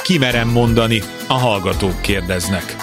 Ki merem mondani, a hallgatók kérdeznek.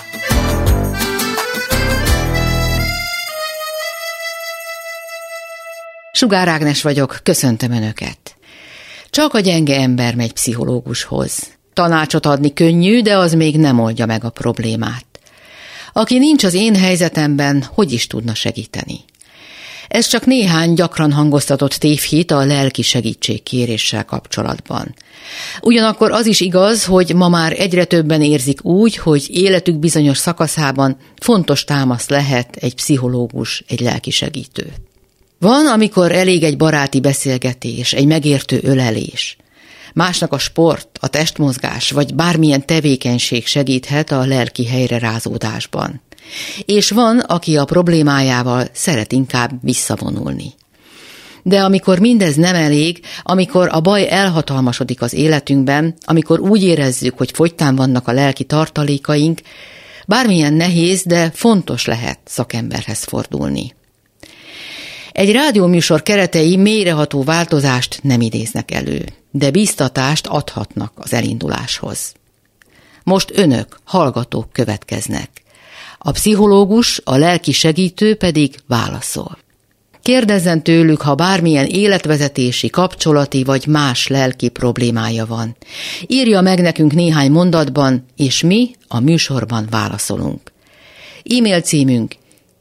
Sugár Ágnes vagyok, köszöntöm Önöket. Csak a gyenge ember megy pszichológushoz. Tanácsot adni könnyű, de az még nem oldja meg a problémát. Aki nincs az én helyzetemben, hogy is tudna segíteni? Ez csak néhány gyakran hangoztatott tévhit a lelki segítségkéréssel kapcsolatban. Ugyanakkor az is igaz, hogy ma már egyre többen érzik úgy, hogy életük bizonyos szakaszában fontos támasz lehet egy pszichológus, egy lelki segítő. Van, amikor elég egy baráti beszélgetés, egy megértő ölelés. Másnak a sport, a testmozgás vagy bármilyen tevékenység segíthet a lelki helyrerázódásban. És van, aki a problémájával szeret inkább visszavonulni. De amikor mindez nem elég, amikor a baj elhatalmasodik az életünkben, amikor úgy érezzük, hogy fogytán vannak a lelki tartalékaink, bármilyen nehéz, de fontos lehet szakemberhez fordulni. Egy rádióműsor keretei mélyreható változást nem idéznek elő, de bíztatást adhatnak az elinduláshoz. Most Önök, hallgatók következnek. A pszichológus, a lelki segítő pedig válaszol. Kérdezzen tőlük, ha bármilyen életvezetési, kapcsolati vagy más lelki problémája van. Írja meg nekünk néhány mondatban, és mi a műsorban válaszolunk. E-mail címünk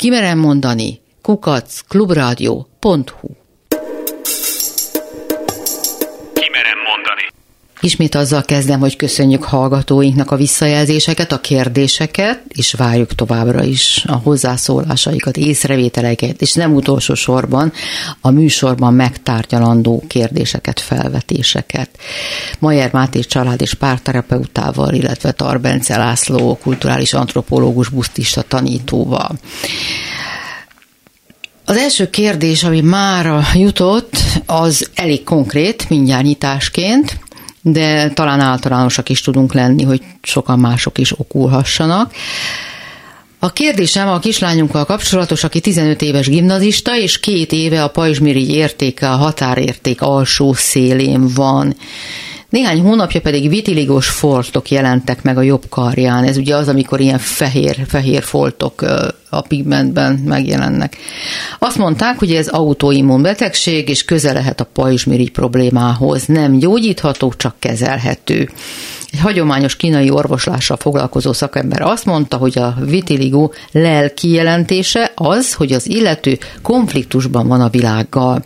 kimeremmondani@klubradio.hu. Ismét azzal kezdem, hogy köszönjük hallgatóinknak a visszajelzéseket, a kérdéseket, és várjuk továbbra is a hozzászólásaikat, észrevételeket, és nem utolsó sorban a műsorban megtárgyalandó kérdéseket, felvetéseket. Majer Máté család- és párterapeutával, illetve Tar Bence László kulturális antropológus, buddhista tanítóval. Az első kérdés, ami mára jutott, az elég konkrét, mindjárt nyitásként, de talán általánosak is tudunk lenni, hogy sokan mások is okulhassanak. A kérdésem a kislányunkkal kapcsolatos, aki 15 éves gimnazista, és 2 éve a pajzsmirigy értéke a határérték alsó szélén van. Néhány hónapja pedig vitiligós foltok jelentek meg a jobb karján. Ez ugye az, amikor ilyen fehér foltok a pigmentben megjelennek. Azt mondták, hogy ez autoimmun betegség, és köze lehet a pajzsmirigy problémához. Nem gyógyítható, csak kezelhető. Egy hagyományos kínai orvoslással foglalkozó szakember azt mondta, hogy a vitiligó lelki jelentése az, hogy az illető konfliktusban van a világgal.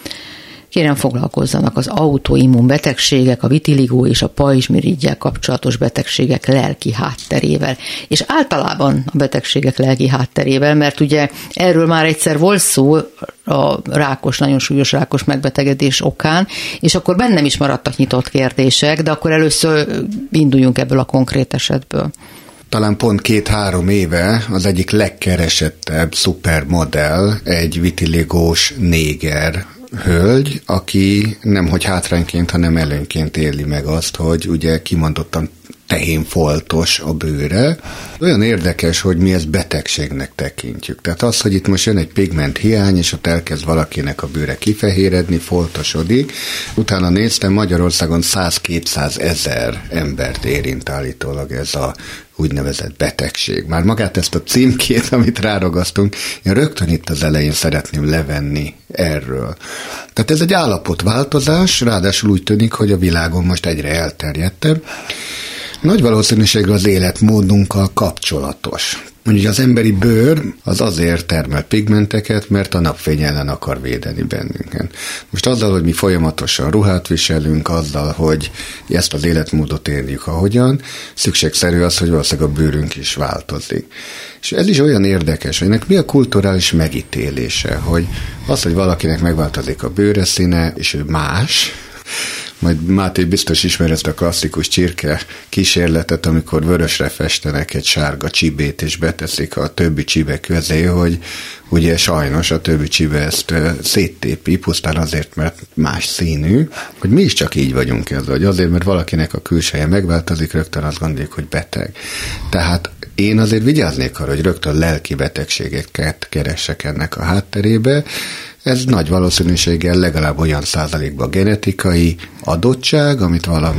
Kérem, foglalkozzanak az autoimmun betegségek, a vitiligó és a pajzsmiriggyel kapcsolatos betegségek lelki hátterével. És általában a betegségek lelki hátterével, mert ugye erről már egyszer volt szó a rákos, nagyon súlyos rákos megbetegedés okán, és akkor bennem is maradtak nyitott kérdések, de akkor először induljunk ebből a konkrét esetből. Talán pont 2-3 éve az egyik legkeresettebb szupermodell egy vitiligós néger hölgy, aki nemhogy hátrányként, hanem előnyként éli meg azt, hogy ugye kimondottan tehénfoltos a bőre. Olyan érdekes, hogy mi ezt betegségnek tekintjük. Tehát az, hogy itt most jön egy pigment hiány, és ott elkezd valakinek a bőre kifehéredni, foltosodik. Utána néztem, Magyarországon 100-200 ezer embert érint állítólag ez a úgynevezett betegség. Már magát ezt a címkét, amit ráragasztunk, én rögtön itt az elején szeretném levenni erről. Tehát ez egy állapotváltozás, ráadásul úgy tűnik, hogy a világon most egyre elterjedtebb. Nagy valószínűséggel az életmódunkkal kapcsolatos. Ugye az emberi bőr az azért termel pigmenteket, mert a napfény ellen akar védeni bennünket. Most azzal, hogy mi folyamatosan ruhát viselünk, azzal, hogy ezt az életmódot éljük ahogyan, szükségszerű az, hogy valószínűleg a bőrünk is változik. És ez is olyan érdekes, hogy ennek mi a kulturális megítélése, hogy az, hogy valakinek megváltozik a bőre színe, és ő más, majd Máté biztos ismer ezt a klasszikus csirke kísérletet, amikor vörösre festenek egy sárga csibét, és beteszik a többi csibe közé, hogy ugye sajnos a többi csibe ezt széttépi, pusztán azért, mert más színű, hogy mi is csak így vagyunk ezzel, hogy azért, mert valakinek a külseje megváltozik, rögtön azt gondoljuk, hogy beteg. Tehát én azért vigyáznék arra, hogy rögtön lelki betegségeket keressek ennek a hátterébe. Ez nagy valószínűséggel legalább olyan százalékban genetikai adottság, amit valamik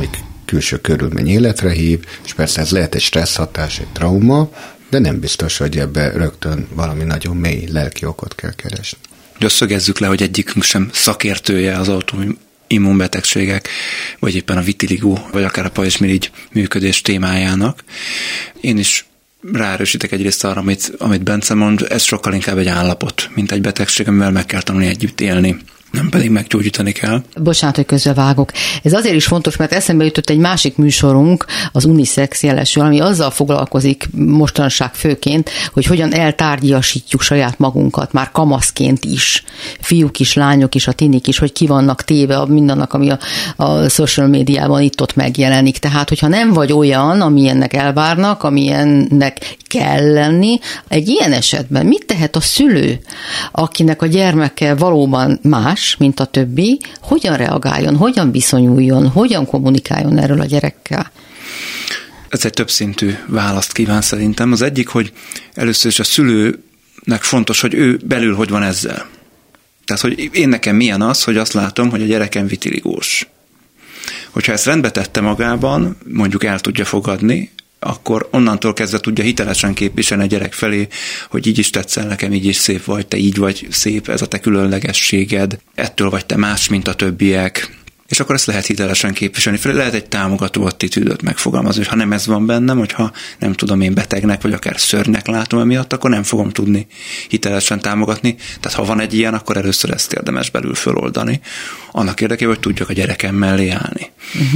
külső körülmény életre hív, és persze ez lehet egy stressz hatás, egy trauma, de nem biztos, hogy ebbe rögtön valami nagyon mély lelki okot kell keresni. De szögezzük le, hogy egyikünk sem szakértője az autoimmunbetegségek, vagy éppen a vitiligo, vagy akár a pajzsmirigy működés témájának. Én is ráerősítek egyrészt arra, amit Bence mond, ez sokkal inkább egy állapot, mint egy betegség, amivel meg kell tanulni együtt élni, nem pedig meggyógyítani kell. Bocsánat, hogy közbevágok. Ez azért is fontos, mert eszembe jutott egy másik műsorunk, az Unisex jelesül, ami azzal foglalkozik mostanság főként, hogy hogyan eltárgyasítjuk saját magunkat, már kamaszként is, fiúk is, lányok is, a tinik is, hogy ki vannak téve mindannak, ami a social médiában itt-ott megjelenik. Tehát, hogyha nem vagy olyan, amilyennek elvárnak, amilyennek kell lenni, egy ilyen esetben mit tehet a szülő, akinek a gyermeke valóban más, mint a többi, hogyan reagáljon, hogyan viszonyuljon, hogyan kommunikáljon erről a gyerekkel? Ez egy többszintű választ kíván szerintem. Az egyik, hogy először is a szülőnek fontos, hogy ő belül hogy van ezzel. Tehát, hogy én nekem milyen az, hogy azt látom, hogy a gyerekem vitiligós. Hogyha ezt rendbe tette magában, mondjuk el tudja fogadni, akkor onnantól kezdve tudja hitelesen képviselni a gyerek felé, hogy így is tetszel nekem, így is szép vagy, te így vagy szép, ez a te különlegességed, ettől vagy te más, mint a többiek. És akkor ezt lehet hitelesen képviselni. Lehet egy támogató attitűdöt megfogalmazni, hogy ha nem ez van bennem, hogyha nem tudom, én betegnek, vagy akár szörnynek látom emiatt, akkor nem fogom tudni hitelesen támogatni. Tehát ha van egy ilyen, akkor először ezt érdemes belül föloldani. Annak érdekében, hogy tudjak a gyerekem mellé állni.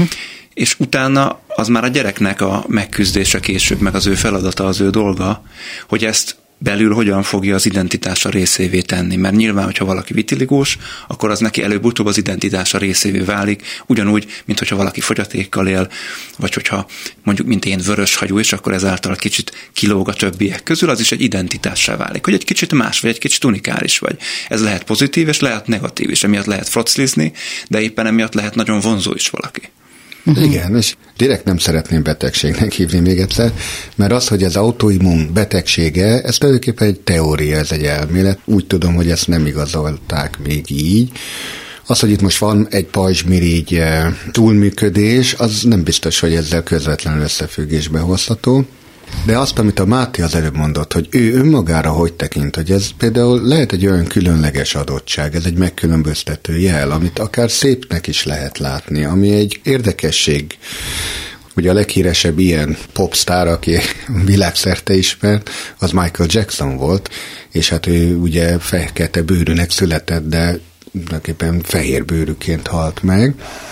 És utána az már a gyereknek a megküzdése később, meg az ő feladata, az ő dolga, hogy ezt belül hogyan fogja az identitása részévé tenni. Mert nyilván, hogyha valaki vitiligós, akkor az neki előbb-utóbb az identitása részévé válik, ugyanúgy, mint hogyha valaki fogyatékkal él, vagy hogyha mondjuk, mint én vöröshagyú, és akkor ezáltal kicsit kilóg a többiek közül, az is egy identitássá válik, hogy egy kicsit más, vagy egy kicsit unikális vagy. Ez lehet pozitív, és lehet negatív, és emiatt lehet froclizni, de éppen emiatt lehet nagyon vonzó is valaki. Igen, és direkt nem szeretném betegségnek hívni még egyszer, mert az, hogy az autoimmun betegsége, ez tulajdonképpen egy teória, ez egy elmélet. Úgy tudom, hogy ezt nem igazolták még így. Az, hogy itt most van egy pajzsmirigy túlműködés, az nem biztos, hogy ezzel közvetlenül összefüggésbe hozható. De azt, amit a Máté az előbb mondott, hogy ő önmagára hogy tekint, hogy ez például lehet egy olyan különleges adottság, ez egy megkülönböztető jel, amit akár szépnek is lehet látni, ami egy érdekesség. Ugye a leghíresebb ilyen popstar, aki világszerte ismert, az Michael Jackson volt, és hát ő ugye fekete bőrűnek született, de tulajdonképpen fehér bőrűként halt meg.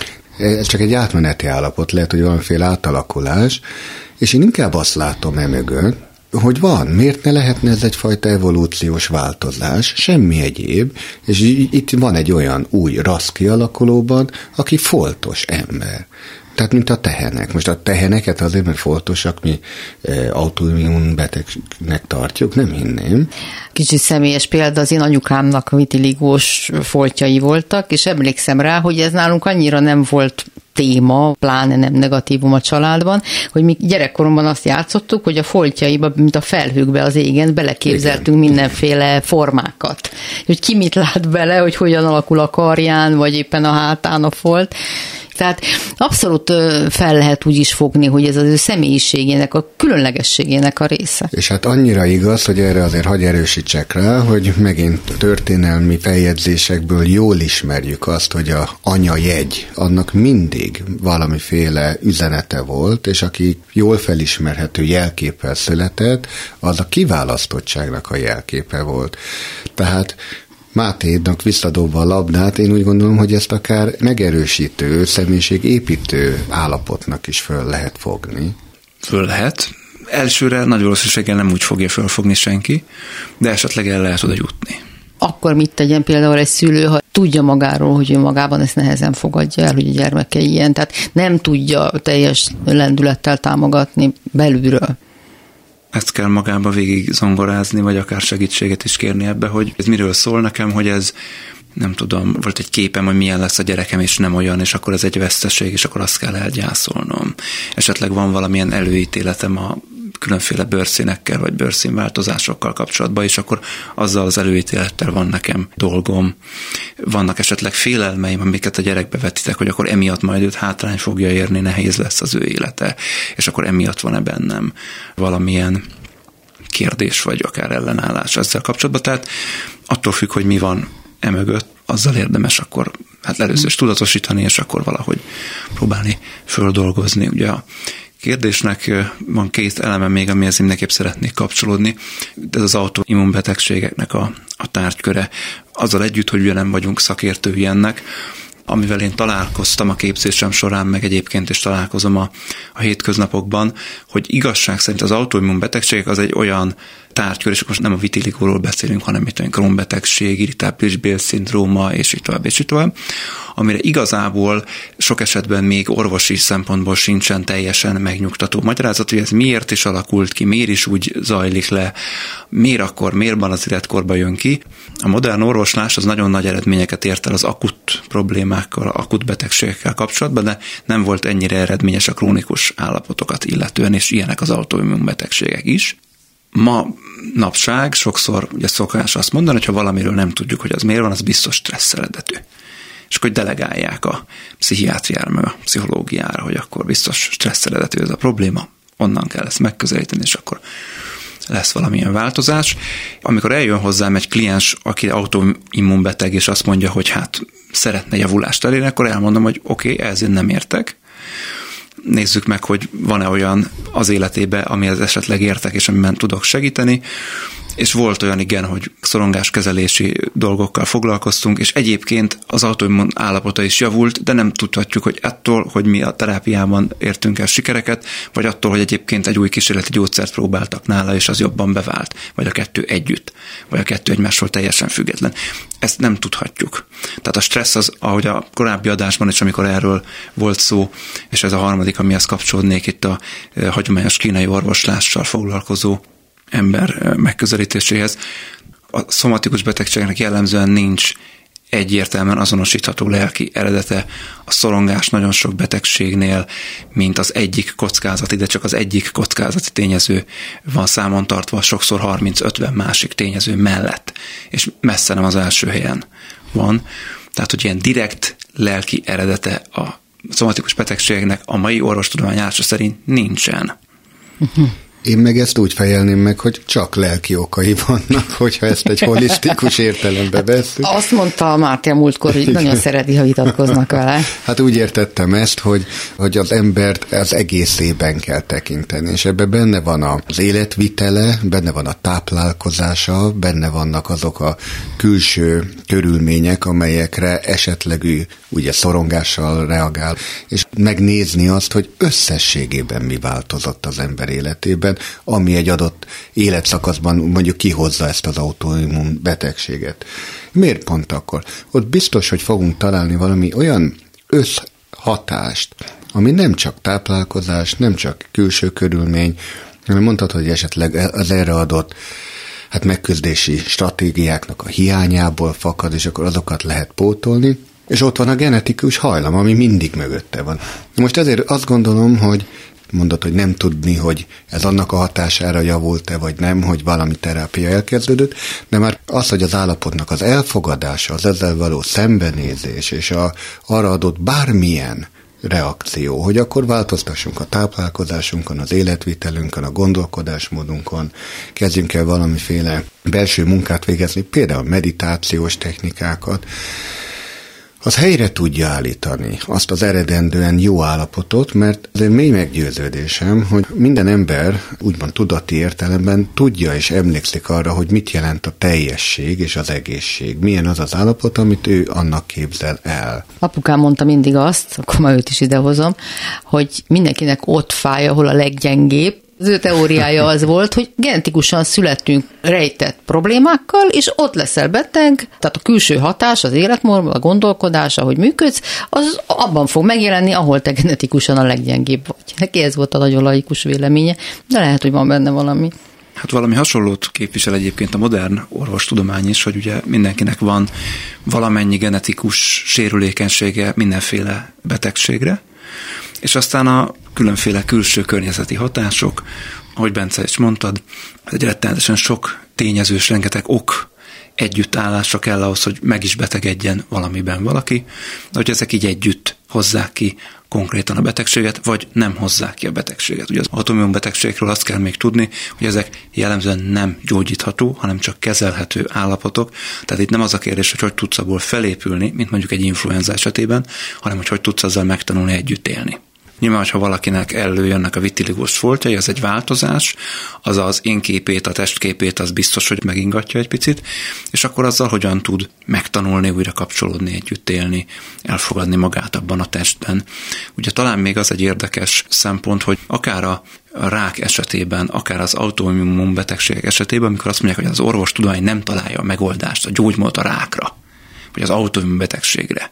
Ez csak egy átmeneti állapot, lehet, hogy valamiféle átalakulás, és én inkább azt látom emögött, hogy van, miért ne lehetne ez egyfajta evolúciós változás, semmi egyéb, és itt van egy olyan új rassz kialakulóban, aki foltos ember. Tehát, mint a tehenek. Most a teheneket azért, mert foltosak, mi autoimmun betegnek tartjuk, nem hinném. Kicsit személyes példa, az én anyukámnak vitiligós foltjai voltak, és emlékszem rá, hogy ez nálunk annyira nem volt téma, pláne nem negatívum a családban, hogy mi gyerekkoromban azt játszottuk, hogy a foltjaiba, mint a felhőkbe az égen, beleképzeltünk mindenféle formákat. Hogy ki mit lát bele, hogy hogyan alakul a karján, vagy éppen a hátán a folt. Tehát abszolút fel lehet úgy is fogni, hogy ez az ő személyiségének, a különlegességének a része. És hát annyira igaz, hogy erre azért hadd erősítsek rá, hogy megint történelmi feljegyzésekből jól ismerjük azt, hogy a anyajegy, annak mindig valamiféle üzenete volt, és aki jól felismerhető jelképpel született, az a kiválasztottságnak a jelképe volt. Tehát Máténak visszadobva a labdát, én úgy gondolom, hogy ezt akár megerősítő, személyiségépítő állapotnak is föl lehet fogni. Föl lehet. Elsőre nagy valószínűséggel nem úgy fogja fölfogni senki, de esetleg el lehet oda jutni. Akkor mit tegyen például egy szülő, ha tudja magáról, hogy ő magában ezt nehezen fogadja el, hogy a gyermeke ilyen, tehát nem tudja teljes lendülettel támogatni belülről. Ezt kell magába végig zongorázni, vagy akár segítséget is kérni ebbe, hogy ez miről szól nekem, hogy ez, nem tudom, volt egy képem, hogy milyen lesz a gyerekem, és nem olyan, és akkor ez egy veszteség, és akkor azt kell elgyászolnom. Esetleg van valamilyen előítéletem a különféle bőrszínekkel, vagy bőrszínváltozásokkal kapcsolatban, és akkor azzal az előítélettel van nekem dolgom. Vannak esetleg félelmeim, amiket a gyerekbe vetitek, hogy akkor emiatt majd őt hátrány fogja érni, nehéz lesz az ő élete, és akkor emiatt van-e bennem valamilyen kérdés, vagy akár ellenállás ezzel kapcsolatban. Tehát attól függ, hogy mi van emögött, azzal érdemes akkor először is tudatosítani, és akkor valahogy próbálni földolgozni. Ugye a kérdésnek van két eleme még, amihez mindenképp szeretnék kapcsolódni. Ez az autoimmunbetegségeknek a tárgyköre. Azzal együtt, hogy ugye nem vagyunk szakértői ennek, amivel én találkoztam a képzésem során, meg egyébként is találkozom a hétköznapokban, hogy igazság szerint az autoimmunbetegségek az egy olyan tárgykör, és most nem a vitiligóról beszélünk, hanem itt olyan Crohn-betegség, irritábilis bélszindróma, és így tovább, amire igazából sok esetben még orvosi szempontból sincsen teljesen megnyugtató magyarázat, hogy ez miért is alakult ki, miért is úgy zajlik le, miért van az életkorban jön ki. A modern orvoslás az nagyon nagy eredményeket ért el az akut problémákkal, akut betegségekkel kapcsolatban, de nem volt ennyire eredményes a krónikus állapotokat illetően, és ilyenek az autoimmunbetegségek is. Ma napság sokszor ugye szokás azt mondani, hogy ha valamiről nem tudjuk, hogy az miért van, az biztos stressz eredetű. És akkor delegálják a pszichiátriára, meg a pszichológiára, hogy akkor biztos stressz eredetű ez a probléma, onnan kell ezt megközelíteni, és akkor lesz valamilyen változás. Amikor eljön hozzám egy kliens, aki autoimmunbeteg, és azt mondja, hogy hát szeretne javulást elérni, akkor elmondom, hogy oké, ehhez én nem értek. Nézzük meg, hogy van-e olyan az életében, amihez esetleg értek, és amiben tudok segíteni. És volt olyan, igen, hogy szorongáskezelési dolgokkal foglalkoztunk, és egyébként az autoimmun állapota is javult, de nem tudhatjuk, hogy attól, hogy mi a terápiában értünk el sikereket, vagy attól, hogy egyébként egy új kísérleti gyógyszert próbáltak nála, és az jobban bevált, vagy a kettő együtt, vagy a kettő egymásról teljesen független. Ezt nem tudhatjuk. Tehát a stressz az, ahogy a korábbi adásban is, amikor erről volt szó, és ez a harmadik, amihez kapcsolódnék itt a hagyományos kínai orvoslással foglalkozó ember megközelítéséhez. A szomatikus betegségnek jellemzően nincs egyértelműen azonosítható lelki eredete. A szorongás nagyon sok betegségnél, mint az egyik kockázati, de csak az egyik kockázati tényező van számon tartva, sokszor 30-50 másik tényező mellett, és messze nem az első helyen van. Tehát, hogy ilyen direkt lelki eredete a szomatikus betegségnek a mai orvostudomány állása szerint nincsen. Én meg ezt úgy fejelném meg, hogy csak lelki okai vannak, hogyha ezt egy holisztikus értelembe vesszük. Azt mondta Máté a múltkor, hogy nagyon szereti, ha vitatkoznak vele. Hát úgy értettem ezt, hogy az embert az egészében kell tekinteni, és ebben benne van az életvitele, benne van a táplálkozása, benne vannak azok a külső körülmények, amelyekre esetleg ő ugye szorongással reagál, és megnézni azt, hogy összességében mi változott az ember életében, ami egy adott életszakaszban mondjuk kihozza ezt az autoimmun betegséget. Miért pont akkor? Ott biztos, hogy fogunk találni valami olyan összhatást, ami nem csak táplálkozás, nem csak külső körülmény, hanem mondhatod, hogy esetleg az erre adott megküzdési stratégiáknak a hiányából fakad, és akkor azokat lehet pótolni, és ott van a genetikus hajlam, ami mindig mögötte van. Most ezért azt gondolom, hogy mondod, hogy nem tudni, hogy ez annak a hatására javult-e, vagy nem, hogy valami terápia elkezdődött, de már az, hogy az állapotnak az elfogadása, az ezzel való szembenézés, és arra adott bármilyen reakció, hogy akkor változtassunk a táplálkozásunkon, az életvitelünkön, a gondolkodásmódunkon, kezdjünk el valamiféle belső munkát végezni, például meditációs technikákat, az helyre tudja állítani azt az eredendően jó állapotot, mert azért mély meggyőződésem, hogy minden ember úgymond tudati értelemben tudja és emlékszik arra, hogy mit jelent a teljesség és az egészség. Milyen az az állapot, amit ő annak képzel el. Apukám mondta mindig azt, akkor már őt is idehozom, hogy mindenkinek ott fáj, ahol a leggyengébb. Az ő teóriája az volt, hogy genetikusan születtünk rejtett problémákkal, és ott leszel beteg, tehát a külső hatás, az életmód, a gondolkodás, ahogy működsz, az abban fog megjelenni, ahol te genetikusan a leggyengébb vagy. Neki ez volt a nagyon laikus véleménye, de lehet, hogy van benne valami. Hát valami hasonlót képvisel egyébként a modern orvostudomány is, hogy ugye mindenkinek van valamennyi genetikus sérülékenysége mindenféle betegségre, És aztán a különféle külső környezeti hatások, ahogy Bence is mondtad, egy rettenetesen sok tényezős, rengeteg ok együttállásra kell ahhoz, hogy meg is betegedjen valamiben valaki, de hogy ezek így együtt hozzák ki konkrétan a betegséget, vagy nem hozzák ki a betegséget. Ugye az autoimmun betegségekről azt kell még tudni, hogy ezek jellemzően nem gyógyítható, hanem csak kezelhető állapotok. Tehát itt nem az a kérdés, hogy tudsz abból felépülni, mint mondjuk egy influenza esetében, hanem hogy tudsz azzal megtanulni együtt élni. Nyilván, ha valakinek előjönnek a vitiligós foltjai, az egy változás, az az én képét, a testképét, az biztos, hogy megingatja egy picit, és akkor azzal hogyan tud megtanulni, újra kapcsolódni, együtt élni, elfogadni magát abban a testben. Ugye talán még az egy érdekes szempont, hogy akár a rák esetében, akár az autoimmun betegségek esetében, amikor azt mondják, hogy az orvostudomány nem találja a megoldást, a gyógymódot a rákra, vagy az autoimmun betegségre,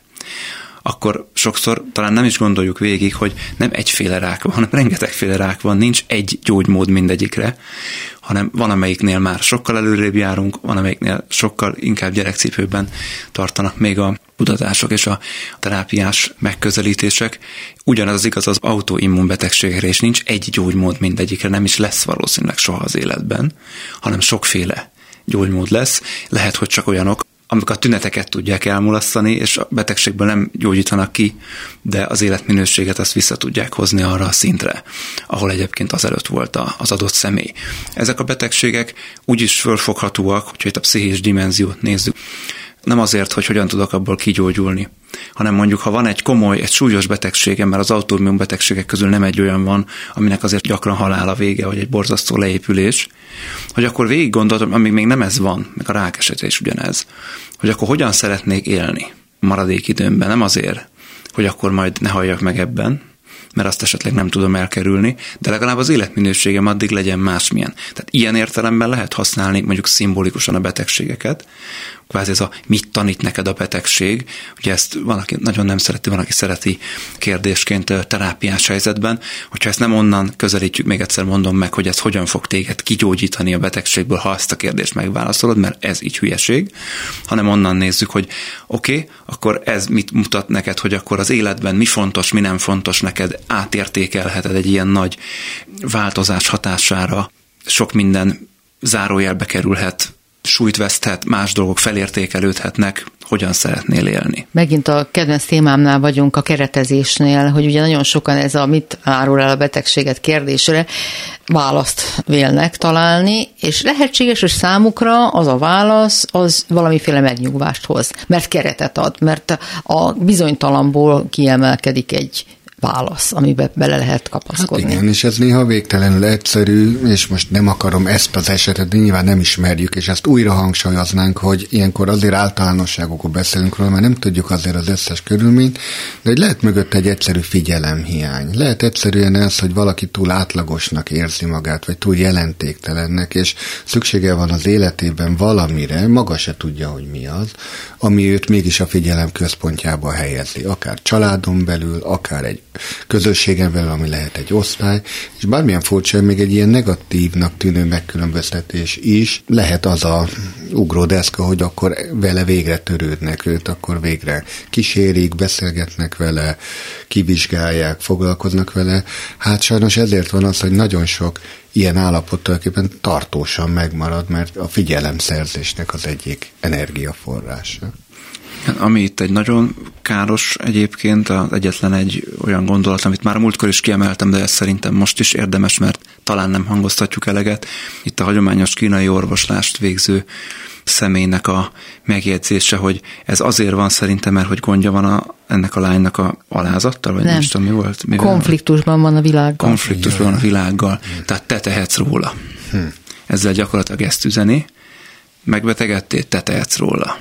akkor sokszor talán nem is gondoljuk végig, hogy nem egyféle rák van, hanem rengetegféle rák van, nincs egy gyógymód mindegyikre, hanem van, amelyiknél már sokkal előrébb járunk, van, amelyiknél sokkal inkább gyerekcipőben tartanak még a kutatások és a terápiás megközelítések. Ugyanaz az igaz az autoimmun betegségekre, és nincs egy gyógymód mindegyikre, nem is lesz valószínűleg soha az életben, hanem sokféle gyógymód lesz. Lehet, hogy csak olyanok, amik a tüneteket tudják elmulasztani, és a betegségből nem gyógyítanak ki, de az életminőséget azt vissza tudják hozni arra a szintre, ahol egyébként azelőtt volt az adott személy. Ezek a betegségek úgy is fölfoghatóak, hogyha itt a pszichés dimenziót nézzük, nem azért, hogy hogyan tudok abból kigyógyulni, hanem mondjuk, ha van egy komoly, egy súlyos betegségem, mert az autoimmun betegségek közül nem egy olyan van, aminek azért gyakran halál a vége, vagy egy borzasztó leépülés, hogy akkor végig gondoltam, amíg még nem ez van, meg a rák esete is ugyanez, hogy akkor hogyan szeretnék élni maradék időmben, nem azért, hogy akkor majd ne halljak meg ebben, mert azt esetleg nem tudom elkerülni, de legalább az életminőségem addig legyen másmilyen. Tehát ilyen értelemben lehet használni mondjuk szimbolikusan a betegségeket, kvázi ez a mit tanít neked a betegség, ugye ezt van, aki nagyon nem szereti, van, aki szereti kérdésként terápiás helyzetben, hogyha ezt nem onnan közelítjük, még egyszer mondom meg, hogy ez hogyan fog téged kigyógyítani a betegségből, ha ezt a kérdést megválaszolod, mert ez így hülyeség, hanem onnan nézzük, hogy oké, akkor ez mit mutat neked, hogy akkor az életben mi fontos, mi nem fontos neked, átértékelheted egy ilyen nagy változás hatására, sok minden zárójelbe kerülhet, súlyt veszthet, más dolgok felértékelődhetnek, hogyan szeretnél élni. Megint a kedvenc témámnál vagyunk, a keretezésnél, hogy ugye nagyon sokan ez a mit árul el a betegséget kérdésre választ vélnek találni, és lehetséges, hogy számukra az a válasz, az valamiféle megnyugvást hoz, mert keretet ad, mert a bizonytalanból kiemelkedik egy válasz, amiben bele lehet kapaszkodni. Hát igen, és ez néha végtelenül egyszerű, és most nem akarom ezt az esetet, de nyilván nem ismerjük, és ezt újra hangsúlyoznánk, hogy ilyenkor azért általánosságokról beszélünk róla, mert nem tudjuk azért az összes körülményt, de hogy lehet mögött egy egyszerű figyelemhiány. Lehet egyszerűen ez, hogy valaki túl átlagosnak érzi magát, vagy túl jelentéktelennek, és szüksége van az életében valamire, maga se tudja, hogy mi az, ami őt mégis a figyelem központjába helyezi. Akár családon belül, akár egy közösségen belül, ami lehet egy osztály, és bármilyen furcsa, még egy ilyen negatívnak tűnő megkülönböztetés is lehet az a ugródeszka, hogy akkor vele végre törődnek őt, akkor végre kísérik, beszélgetnek vele, kivizsgálják, foglalkoznak vele. Hát sajnos ezért van az, hogy nagyon sok ilyen állapot tulajdonképpen tartósan megmarad, mert a figyelemszerzésnek az egyik energiaforrása. Ami itt egy nagyon káros egyébként, az egyetlen egy olyan gondolat, amit már múltkor is kiemeltem, de ezt szerintem most is érdemes, mert talán nem hangoztatjuk eleget. Itt a hagyományos kínai orvoslást végző személynek a megjegyzése, hogy ez azért van szerintem, mert hogy gondja van ennek a lánynak a alázattal, vagy nem is tudom, mi volt? Konfliktusban van a világgal. Konfliktusban van a világgal, tehát te tehetsz róla. Ezzel gyakorlatilag ezt üzeni, megbetegedtél, te tehetsz róla.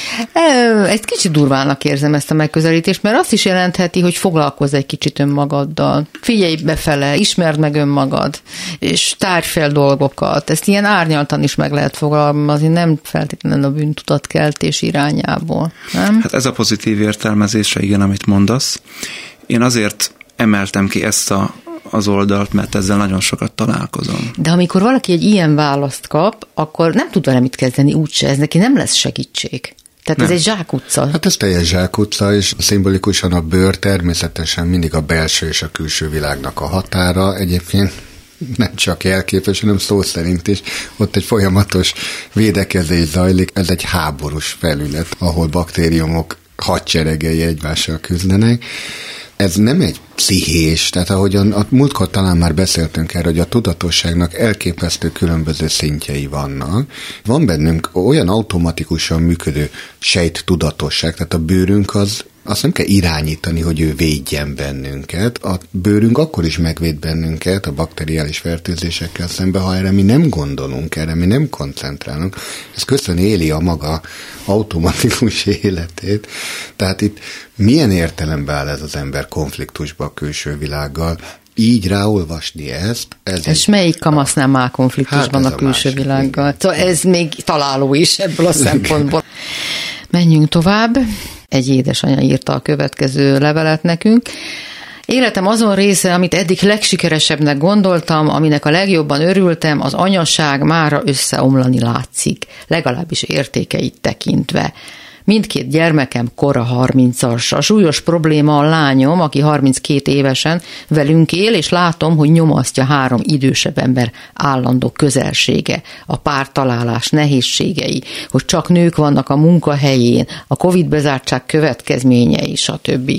Egy kicsit durvának érzem ezt a megközelítést, mert azt is jelentheti, hogy foglalkozz egy kicsit önmagaddal. Figyelj befele, ismerd meg önmagad, és tárgy fel dolgokat. Ezt ilyen árnyaltan is meg lehet fogalmazni, nem feltétlenül a bűntudatkeltés irányából. Nem? Hát ez a pozitív értelmezése, igen, amit mondasz. Én azért emeltem ki ezt az oldalt, mert ezzel nagyon sokat találkozom. De amikor valaki egy ilyen választ kap, akkor nem tud vele mit kezdeni úgyse, ez neki nem lesz segítség. Tehát ez egy zsákutca. Hát ez teljes zsákutca, és szimbolikusan a bőr természetesen mindig a belső és a külső világnak a határa. Egyébként nem csak jelképes, hanem szó szerint is. Ott egy folyamatos védekezés zajlik. Ez egy háborús felület, ahol baktériumok hadseregei egymással küzdenek. Ez nem egy pszichés, tehát ahogyan a múltkor talán már beszéltünk erről, hogy a tudatosságnak elképesztő különböző szintjei vannak. Van bennünk olyan automatikusan működő sejttudatosság, tehát a bőrünk azt nem kell irányítani, hogy ő védjen bennünket. A bőrünk akkor is megvéd bennünket a bakteriális fertőzésekkel szemben, ha erre mi nem gondolunk, erre mi nem koncentrálunk. Ez köszönni éli a maga automatikus életét. Tehát itt milyen értelemben áll ez az ember konfliktusba a külső világgal? Így ráolvasni ezt. És melyik kamasz nem áll konfliktusban a külső világgal? Szóval ez még találó is ebből a szempontból. Menjünk tovább. Egy édesanyja írta a következő levelet nekünk. Életem azon része, amit eddig legsikeresebbnek gondoltam, aminek a legjobban örültem, az anyaság mára összeomlani látszik, legalábbis értékeit tekintve. Mindkét gyermekem kora 30-as. A súlyos probléma a lányom, aki 32 évesen velünk él, és látom, hogy nyomasztja 3 idősebb ember állandó közelsége, a pártalálás nehézségei, hogy csak nők vannak a munkahelyén, a Covid-bezártság következményei, stb.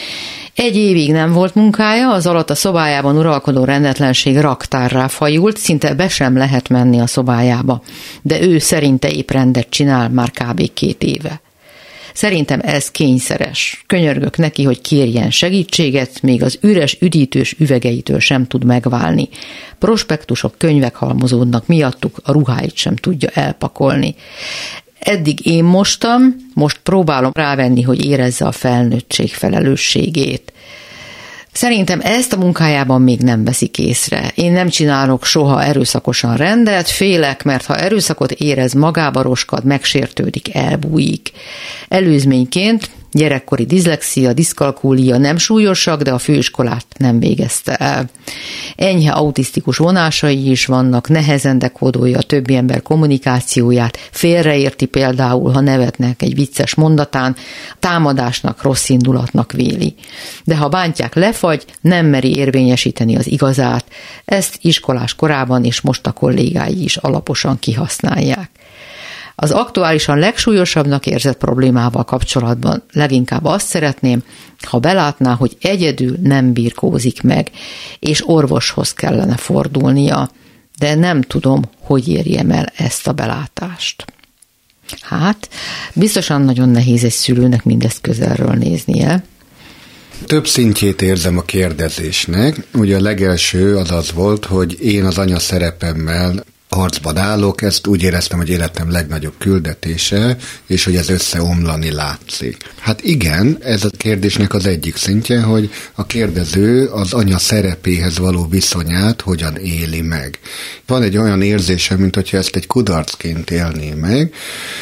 1 évig nem volt munkája, az alatt a szobájában uralkodó rendetlenség raktárrá fajult, szinte be sem lehet menni a szobájába, de ő szerinte épp rendet csinál már kb. 2 éve. Szerintem ez kényszeres. Könyörgök neki, hogy kérjen segítséget, még az üres üdítős üvegeitől sem tud megválni. Prospektusok, könyvek halmozódnak miattuk, a ruháit sem tudja elpakolni. Eddig én mostam, most próbálom rávenni, hogy érezze a felnőttség felelősségét. Szerintem ezt a munkájában még nem veszik észre. Én nem csinálok soha erőszakosan rendet, félek, mert ha erőszakot érez, magába roskad, megsértődik, elbújik. Előzményként gyerekkori diszlexia, diszkalkúlia nem súlyosak, de a főiskolát nem végezte el. Enyhe autisztikus vonásai is vannak, nehezen dekódolja a többi ember kommunikációját, félreérti például, ha nevetnek egy vicces mondatán, támadásnak, rossz indulatnak véli. De ha bántják, lefagy, nem meri érvényesíteni az igazát, ezt iskolás korában és most a kollégái is alaposan kihasználják. Az aktuálisan legsúlyosabbnak érzett problémával kapcsolatban leginkább azt szeretném, ha belátná, hogy egyedül nem birkózik meg, és orvoshoz kellene fordulnia, de nem tudom, hogy érjem el ezt a belátást. Hát, biztosan nagyon nehéz egy szülőnek mindezt közelről néznie. Több szintjét érzem a kérdezésnek. Ugye a legelső az volt, hogy én az anya szerepemmel harcban állok, ezt úgy éreztem, hogy életem legnagyobb küldetése, és hogy ez összeomlani látszik. Hát igen, ez a kérdésnek az egyik szintje, hogy a kérdező az anya szerepéhez való viszonyát hogyan éli meg. Van egy olyan érzése, mint hogyha ezt egy kudarcként élné meg,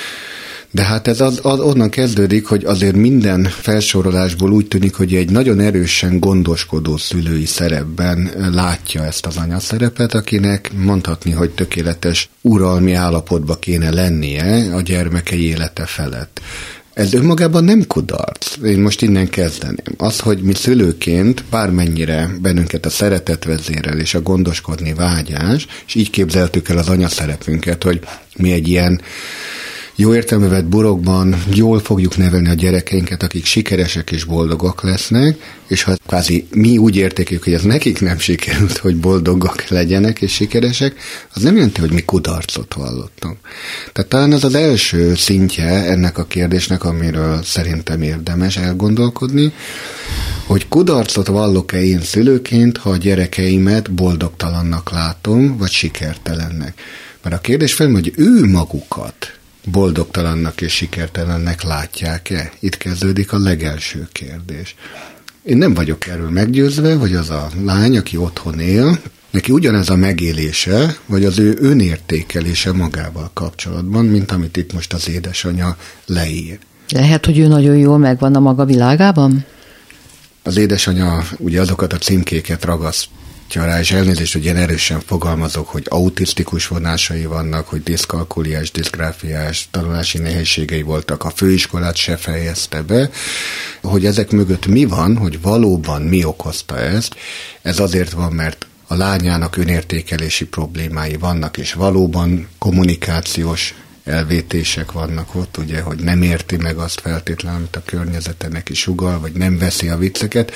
de hát ez onnan kezdődik, hogy azért minden felsorolásból úgy tűnik, hogy egy nagyon erősen gondoskodó szülői szerepben látja ezt az anyaszerepet, akinek mondhatni, hogy tökéletes uralmi állapotba kéne lennie a gyermekei élete felett. Ez önmagában nem kudarc. Én most innen kezdeném. Az, hogy mi szülőként bármennyire bennünket a szeretet vezérel és a gondoskodni vágyás, és így képzeltük el az anyaszerepünket, hogy mi egy ilyen jó értelme vett burokban jól fogjuk nevelni a gyerekeinket, akik sikeresek és boldogok lesznek, és ha kvázi mi úgy értékeljük, hogy ez nekik nem sikerült, hogy boldogok legyenek és sikeresek, az nem jelenti, hogy mi kudarcot vallottunk. Tehát talán ez az első szintje ennek a kérdésnek, amiről szerintem érdemes elgondolkodni, hogy kudarcot vallok-e én szülőként, ha a gyerekeimet boldogtalannak látom, vagy sikertelennek. Mert a kérdés felül, hogy ő magukat boldogtalannak és sikertelennek látják-e? Itt kezdődik a legelső kérdés. Én nem vagyok erről meggyőzve, hogy az a lány, aki otthon él, neki ugyanez a megélése, vagy az ő önértékelése magával kapcsolatban, mint amit itt most az édesanyja leír. Lehet, hogy ő nagyon jól megvan a maga világában? Az édesanyja ugye azokat a címkéket mutatja rá, és elnézést, hogy ilyen erősen fogalmazok, hogy autisztikus vonásai vannak, hogy diszkalkuliás, diszgráfiás tanulási nehézségei voltak, a főiskolát se fejezte be, hogy ezek mögött mi van, hogy valóban mi okozta ezt. Ez azért van, mert a lányának önértékelési problémái vannak, és valóban kommunikációs elvétések vannak ott, ugye, hogy nem érti meg azt feltétlenül, amit a környezete neki sugall, vagy nem veszi a vicceket.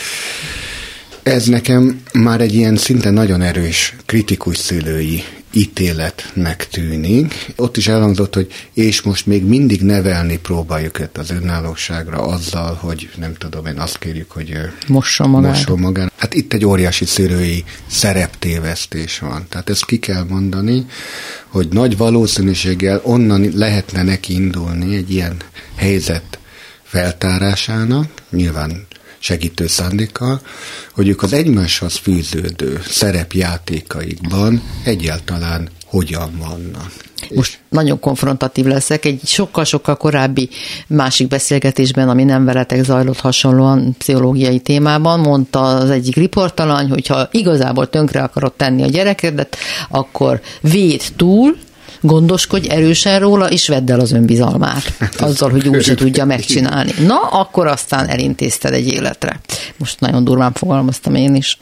Ez nekem már egy ilyen szinte nagyon erős, kritikus szülői ítéletnek tűnik. Ott is elhangzott, hogy és most még mindig nevelni próbáljuk őt az önállóságra azzal, hogy nem tudom én, azt kérjük, hogy mosson magán. Hát itt egy óriási szülői szereptévesztés van. Tehát ezt ki kell mondani, hogy nagy valószínűséggel onnan lehetne neki indulni egy ilyen helyzet feltárásának, nyilván segítő szándékkal, hogy ők az egymáshoz fűződő szerepjátékaikban egyáltalán hogyan vannak. Most nagyon konfrontatív leszek. Egy sokkal-sokkal korábbi másik beszélgetésben, ami nem veletek zajlott hasonlóan pszichológiai témában, mondta az egyik riportalany, hogy ha igazából tönkre akarod tenni a gyerekedet, akkor védd túl, gondoskodj erősen róla, és vedd el az önbizalmát. Azzal, hogy úgy se tudja megcsinálni. Na, akkor aztán elintézted egy életre. Most nagyon durván fogalmaztam én is.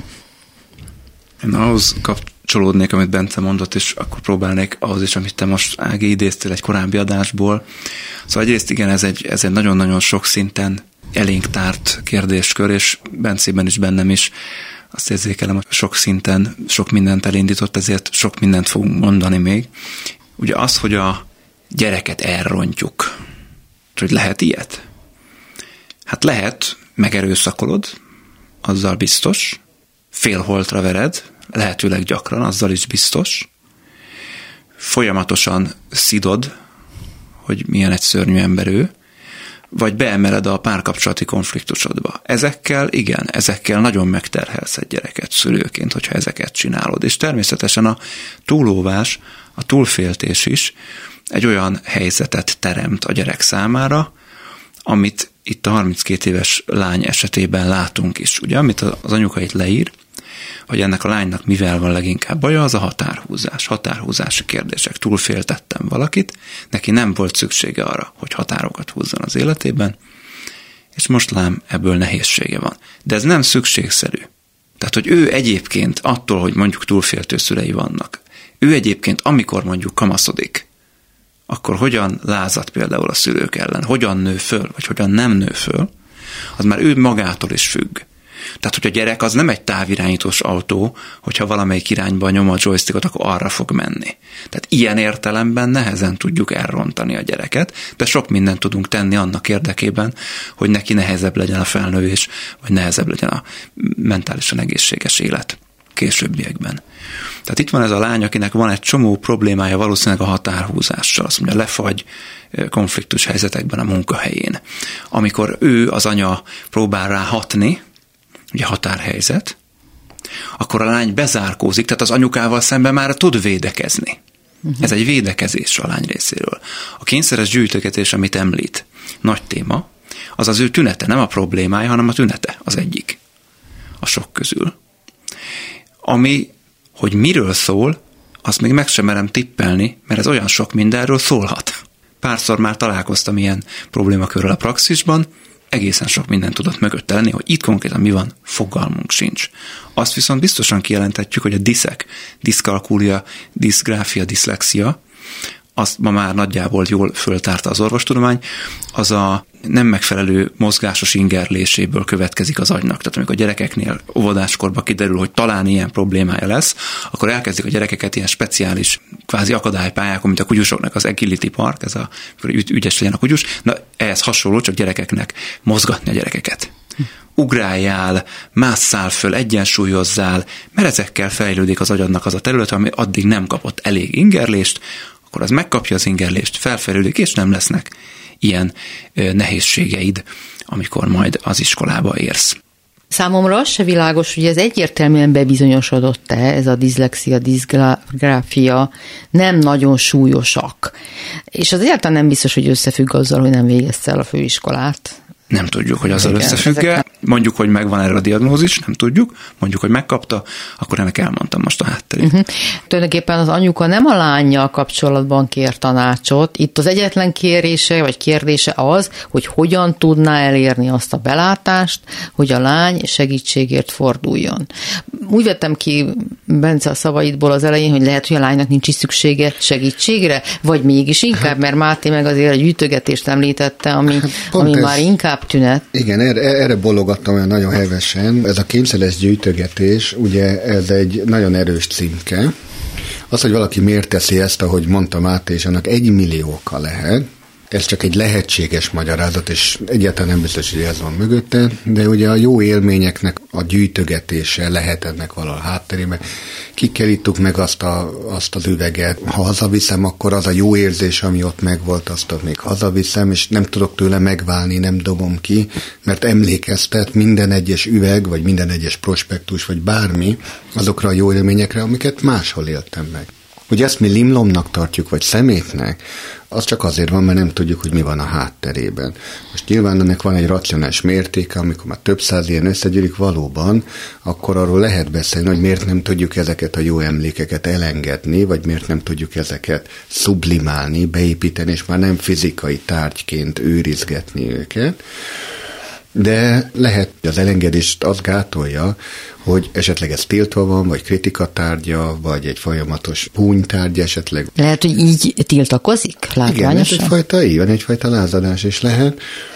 Én ahhoz kapcsolódnék, amit Bence mondott, és akkor próbálnék ahhoz is, amit te most, Ági, idéztél egy korábbi adásból. Szóval egyrészt igen, ez egy nagyon-nagyon sok szinten elénk tárt kérdéskör, és Bencében is, bennem is azt érzékelem, hogy sok szinten sok mindent elindított, ezért sok mindent fogunk mondani még. Ugye az, hogy a gyereket elrontjuk, hogy lehet ilyet? Hát lehet, megerőszakolod, azzal biztos, félholtra vered, lehetőleg gyakran, azzal is biztos, folyamatosan szidod, hogy milyen egy szörnyű ember ő, vagy beemeled a párkapcsolati konfliktusodba. Ezekkel nagyon megterhelsz egy gyereket szülőként, hogyha ezeket csinálod. És természetesen a túlóvás, a túlféltés is egy olyan helyzetet teremt a gyerek számára, amit itt a 32 éves lány esetében látunk is. Ugye, amit az anyuka itt leír, hogy ennek a lánynak mivel van leginkább baja, az a határhúzási kérdések. Túlféltettem valakit, neki nem volt szüksége arra, hogy határokat húzzon az életében, és most lám ebből nehézsége van. De ez nem szükségszerű. Tehát, hogy ő egyébként attól, hogy mondjuk túlféltő szülei vannak, ő egyébként, amikor mondjuk kamaszodik, akkor hogyan lázad például a szülők ellen, hogyan nő föl, vagy hogyan nem nő föl, az már ő magától is függ. Tehát, hogy a gyerek az nem egy távirányítós autó, hogyha valamelyik irányba nyom a joystickot, akkor arra fog menni. Tehát ilyen értelemben nehezen tudjuk elrontani a gyereket, de sok mindent tudunk tenni annak érdekében, hogy neki nehezebb legyen a felnövés, vagy nehezebb legyen a mentálisan egészséges élet későbbiekben. Tehát itt van ez a lány, akinek van egy csomó problémája valószínűleg a határhúzással, azt mondja, lefagy konfliktus helyzetekben a munkahelyén. Amikor ő, az anya próbál rá hatni, ugye határhelyzet, akkor a lány bezárkózik, tehát az anyukával szemben már tud védekezni. Ez egy védekezés a lány részéről. A kényszeres gyűjtögetés, amit említ, nagy téma, az az ő tünete, nem a problémája, hanem a tünete az egyik a sok közül. Ami, hogy miről szól, azt még meg sem merem tippelni, mert ez olyan sok mindenről szólhat. Párszor már találkoztam ilyen problémakörrel a praxisban, egészen sok mindent tudott mögötte lenni, hogy itt konkrétan mi van, fogalmunk sincs. Azt viszont biztosan kijelenthetjük, hogy a diszek, diszkalkúlia, diszgráfia, diszlexia, azt ma már nagyjából jól föltárta az orvostudomány, az a nem megfelelő mozgásos ingerléséből következik az agynak. Tehát amikor a gyerekeknél óvodáskorban kiderül, hogy talán ilyen problémája lesz, akkor elkezdik a gyerekeket ilyen speciális kvázi akadálypályákon, mint a kutyusoknak az agility park, ez amikor ügyes legyen a kutyus, na ehhez hasonló, csak gyerekeknek mozgatni a gyerekeket. Ugráljál, másszál föl, egyensúlyozzál, mert ezekkel fejlődik az agyadnak az a terület, ami addig nem kapott elég ingerlést, akkor az megkapja az ingerlést, felfejlődik, és nem lesznek ilyen nehézségeid, amikor majd az iskolába érsz. Számomra az se világos, hogy ez egyértelműen bebizonyosodott-e, ez a diszlexia, diszgráfia nem nagyon súlyosak. És az egyáltalán nem biztos, hogy összefügg azzal, hogy nem végezte el a főiskolát. Nem tudjuk, hogy azzal összefügg-e. Mondjuk, hogy megvan erre a diagnózis, nem tudjuk. Mondjuk, hogy megkapta, akkor ennek elmondtam most a hátterét. Tulajdonképpen az anyuka nem a lánnyal kapcsolatban kér tanácsot. Itt az egyetlen kérése, vagy kérdése az, hogy hogyan tudná elérni azt a belátást, hogy a lány segítségért forduljon. Úgy vettem ki, Bence, a szavaidból az elején, hogy lehet, hogy a lánynak nincs is szüksége segítségre, vagy mégis inkább, mert Máté meg azért a gyűjtögetést említette, ami már inkább tünet. Igen, erre bologattam olyan nagyon hevesen. Ez a kényszeres gyűjtögetés, ugye ez egy nagyon erős címke. Az, hogy valaki miért teszi ezt, ahogy mondta Máté, és annak 1 millió oka lehet, ez csak egy lehetséges magyarázat, és egyáltalán nem biztos, hogy ez van mögötte, de ugye a jó élményeknek a gyűjtögetése lehet ennek valahol hátterében. Kikerítük meg azt az üveget, ha hazaviszem, akkor az a jó érzés, ami ott megvolt, azt még hazaviszem, és nem tudok tőle megválni, nem dobom ki, mert emlékeztet minden egyes üveg, vagy minden egyes prospektus, vagy bármi azokra a jó élményekre, amiket máshol éltem meg. Hogy ezt mi limlomnak tartjuk, vagy szemétnek, az csak azért van, mert nem tudjuk, hogy mi van a hátterében. Most nyilván ennek van egy racionális mértéke, amikor már több száz ilyen összegyűlik valóban, akkor arról lehet beszélni, hogy miért nem tudjuk ezeket a jó emlékeket elengedni, vagy miért nem tudjuk ezeket sublimálni, beépíteni, és már nem fizikai tárgyként őrizgetni őket. De lehet, hogy az elengedést az gátolja, hogy esetleg ez tiltva van, vagy kritikatárgya, vagy egy folyamatos púnytárgya esetleg. Lehet, hogy így tiltakozik látványosan? Igen, egyfajta lázadás is lehet.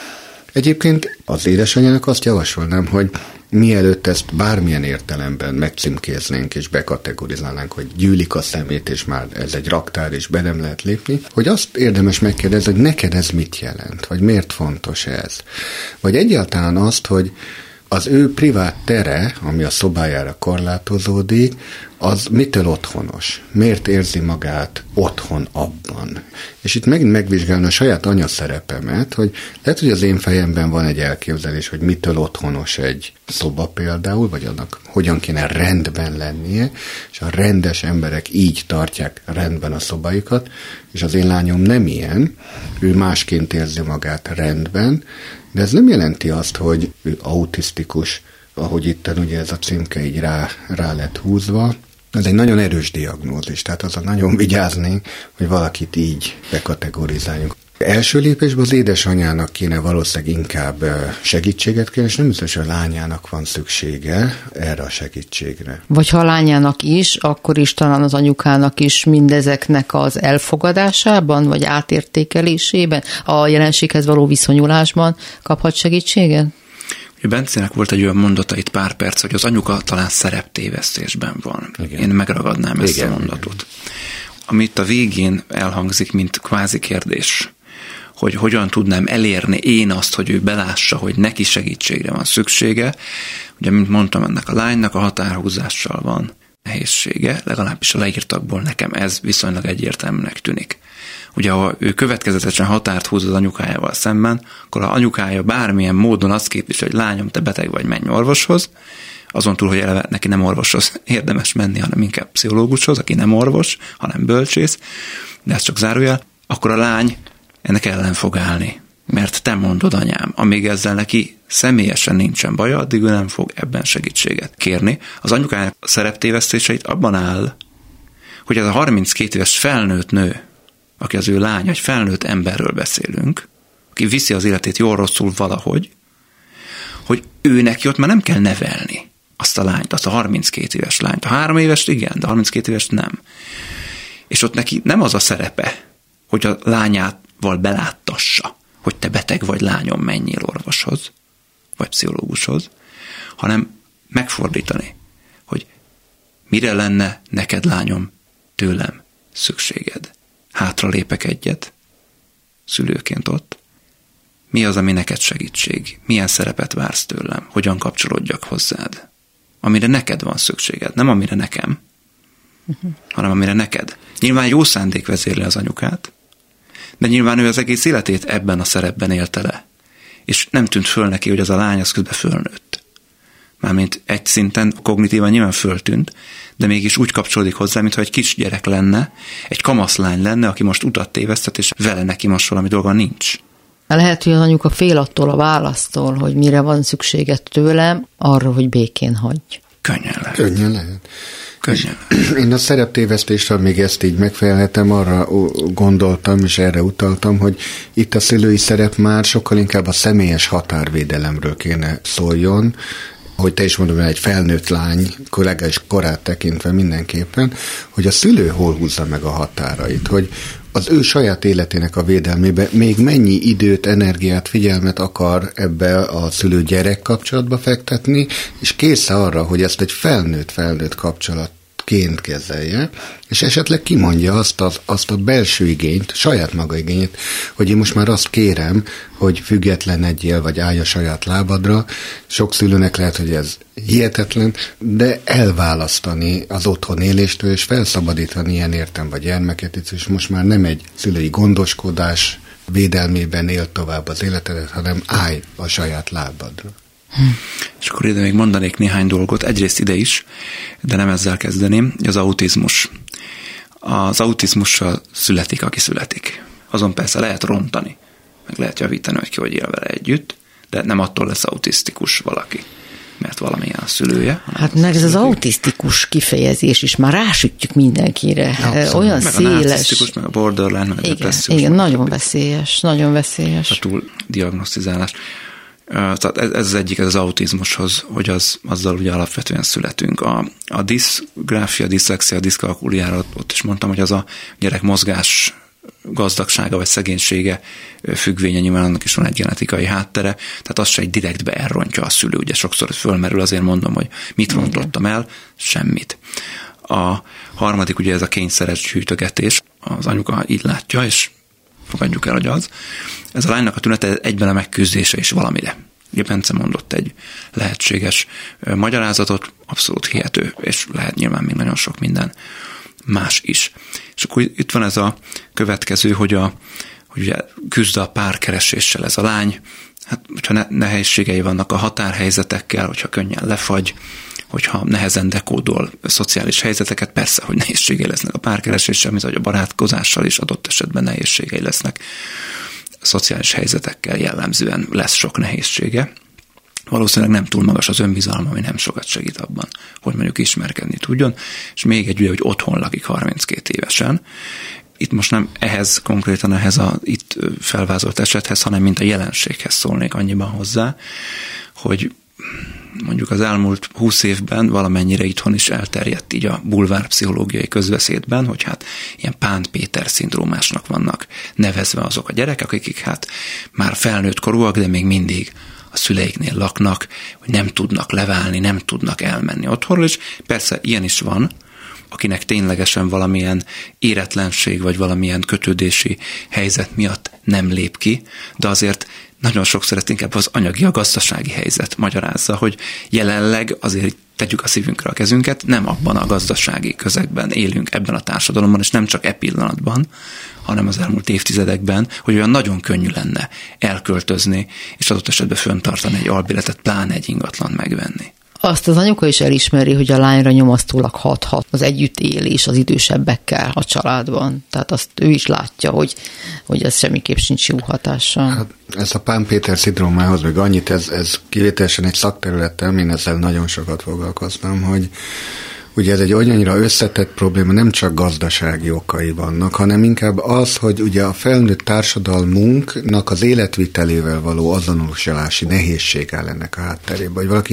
Egyébként az édesanyjának azt javasolnám, hogy mielőtt ezt bármilyen értelemben megcímkéznénk és bekategorizálnánk, hogy gyűlik a szemét, és már ez egy raktár, és be nem lehet lépni, hogy azt érdemes megkérdezni, hogy neked ez mit jelent, vagy miért fontos ez. Vagy egyáltalán azt, hogy az ő privát tere, ami a szobájára korlátozódik, az mitől otthonos? Miért érzi magát otthon abban? És itt megint megvizsgálni a saját anyaszerepemet, hogy lehet, hogy az én fejemben van egy elképzelés, hogy mitől otthonos egy szoba például, vagy annak hogyan kéne rendben lennie, és a rendes emberek így tartják rendben a szobájukat, és az én lányom nem ilyen, ő másként érzi magát rendben, de ez nem jelenti azt, hogy ő autisztikus, ahogy itten ugye ez a címke így rá lett húzva. Ez egy nagyon erős diagnózis, tehát azon nagyon vigyázni, hogy valakit így bekategorizáljunk. Első lépésben az édesanyának kéne valószínűleg inkább segítséget kérni, és nem biztos, hogy a lányának van szüksége erre a segítségre. Vagy ha a lányának is, akkor is talán az anyukának is mindezeknek az elfogadásában, vagy átértékelésében, a jelenséghez való viszonyulásban kaphat segítséget? Bencének volt egy olyan mondata itt pár perc, hogy az anyuka talán szereptévesztésben van. Igen. Én megragadnám ezt a mondatot. Ami itt a végén elhangzik, mint kvázi kérdés, hogy hogyan tudnám elérni én azt, hogy ő belássa, hogy neki segítségre van szüksége. Ugye, mint mondtam, ennek a lánynak a határhúzással van nehézsége, legalábbis a leírtakból nekem ez viszonylag egyértelműnek tűnik. Ugye, ha ő következetesen határt húz az anyukájával szemben, akkor ha anyukája bármilyen módon azt képviseli, hogy lányom, te beteg vagy, menj orvoshoz, azon túl, hogy eleve neki nem orvoshoz érdemes menni, hanem inkább pszichológushoz, aki nem orvos, hanem bölcsész, de ez csak zárójel, akkor a lány ennek ellen fog állni. Mert te mondod, anyám, amíg ezzel neki személyesen nincsen baja, addig ő nem fog ebben segítséget kérni. Az anyukának szereptévesztéseit abban áll, hogy ez a 32 éves felnőtt nő, aki az ő lánya, egy felnőtt emberről beszélünk, aki viszi az életét jól-rosszul valahogy, hogy ő neki ott már nem kell nevelni azt a lányt, azt a 32 éves lányt. A 3 éves igen, de 32 éves nem. És ott neki nem az a szerepe, hogy a lányával beláttassa, hogy te beteg vagy, lányom, menjél orvoshoz, vagy pszichológushoz, hanem megfordítani, hogy mire lenne neked, lányom, tőlem szükséged. Hátra lépek egyet, szülőként ott. Mi az, ami neked segítség? Milyen szerepet vársz tőlem? Hogyan kapcsolódjak hozzád? Amire neked van szükséged, nem amire nekem, hanem amire neked. Nyilván jó szándék vezérli az anyukát, de nyilván ő az egész életét ebben a szerepben élte le. És nem tűnt föl neki, hogy az a lány az közben fölnőtt. Mármint egy szinten kognitívan nyilván föltűnt, de mégis úgy kapcsolódik hozzá, mintha egy kisgyerek lenne, egy kamaszlány lenne, aki most utat tévesztett, és vele neki most valami dolga nincs. Lehet, hogy az anyuka fél attól a választól, hogy mire van szükséged tőlem, arra, hogy békén hagyj. Könnyen lehet. Könnyen lehet. Könnyen. Én a szereptévesztésről még ezt így megfelelhetem, arra gondoltam, és erre utaltam, hogy itt a szülői szerep már sokkal inkább a személyes határvédelemről kéne szóljon, hogy te is mondom, egy felnőtt lány, legalábbis korát tekintve mindenképpen, hogy a szülő hol húzza meg a határait, hogy az ő saját életének a védelmébe még mennyi időt, energiát, figyelmet akar ebbe a szülő-gyerek kapcsolatba fektetni, és kész arra, hogy ezt egy felnőtt kapcsolatként kezelje, és esetleg kimondja azt a belső igényt, saját maga igényét, hogy én most már azt kérem, hogy függetlenedjél, vagy állj a saját lábadra. Sok szülőnek lehet, hogy ez hihetetlen, de elválasztani az otthon éléstől, és felszabadítani ilyen értelemben a gyermeket, és most már nem egy szülői gondoskodás védelmében él tovább az életedet, hanem állj a saját lábadra. És akkor ide még mondanék néhány dolgot, egyrészt ide is, de nem ezzel kezdeném, az autizmus. Az autizmussal születik, aki születik. Azon persze lehet rontani, meg lehet javítani, hogy ki hogy él vele együtt, de nem attól lesz autisztikus valaki, mert valamilyen a szülője. Hát meg ez az autisztikus kifejezés is, már rásütjük mindenkire. Abszolút. Olyan meg széles. Meg a narcisztikus, meg a borderline, meg a depressziós. Igen, nagyon veszélyes, nagyon veszélyes. A túl diagnosztizálás. Tehát ez az egyik, ez az autizmushoz, hogy azzal ugye alapvetően születünk. A diszgráfia, diszlexia, diszkalkuliára ott is mondtam, hogy az a gyerek mozgás gazdagsága vagy szegénysége függvénye, nyilván annak is van egy genetikai háttere, tehát az se egy direktbe elrontja a szülő. Ugye sokszor fölmerül, azért mondom, hogy mit rontottam el, semmit. A harmadik ugye ez a kényszeres gyűjtögetés, az anyuka így látja, és fogadjuk el, hogy az. Ez a lánynak a tünete egyben a megküzdése is valamire. Ugye Bence mondott egy lehetséges magyarázatot, abszolút hihető, és lehet nyilván még nagyon sok minden más is. És akkor itt van ez a következő, hogy ugye küzd a párkereséssel ez a lány, hát hogyha nehézségei vannak a határhelyzetekkel, hogyha könnyen lefagy, hogyha nehezen dekódol szociális helyzeteket, persze, hogy nehézségei lesznek a párkereséssel, mint hogy a barátkozással is adott esetben nehézségei lesznek. A szociális helyzetekkel jellemzően lesz sok nehézsége. Valószínűleg nem túl magas az önbizalma, ami nem sokat segít abban, hogy mondjuk ismerkedni tudjon. És még egy ugye, hogy otthon lakik 32 évesen. Itt most nem konkrétan ehhez a itt felvázolt esethez, hanem mint a jelenséghez szólnék annyiban hozzá, hogy mondjuk az elmúlt 20 évben valamennyire itthon is elterjedt így a bulvárpszichológiai közbeszédben, hogy hát ilyen Pánt Péter szindrómásnak vannak nevezve azok a gyerekek, akik hát már felnőtt korúak, de még mindig a szüleiknél laknak, hogy nem tudnak leválni, nem tudnak elmenni otthonról, és persze ilyen is van, akinek ténylegesen valamilyen éretlenség, vagy valamilyen kötődési helyzet miatt nem lép ki, de azért nagyon sokszor ezt inkább az anyagi, a gazdasági helyzet magyarázza, hogy jelenleg azért tegyük a szívünkre a kezünket, nem abban a gazdasági közegben élünk ebben a társadalomban, és nem csak e pillanatban, hanem az elmúlt évtizedekben, hogy olyan nagyon könnyű lenne elköltözni, és adott esetben föntartani egy albéletet, pláne egy ingatlan megvenni. Azt az anyuka is elismeri, hogy a lányra nyomasztólag hathat az együttélés az idősebbekkel a családban. Tehát azt ő is látja, hogy ez semmiképp sincs jó hatással. Hát ez a Pánt Péter szindrómához még annyit, ez kivételesen egy szakterületem, én ezzel nagyon sokat foglalkoztam, hogy ugye ez egy olyannyira összetett probléma, nem csak gazdasági okai vannak, hanem inkább az, hogy ugye a felnőtt társadalmunknak az életvitelével való azonosulási nehézség áll ennek a hátterében, hogy valaki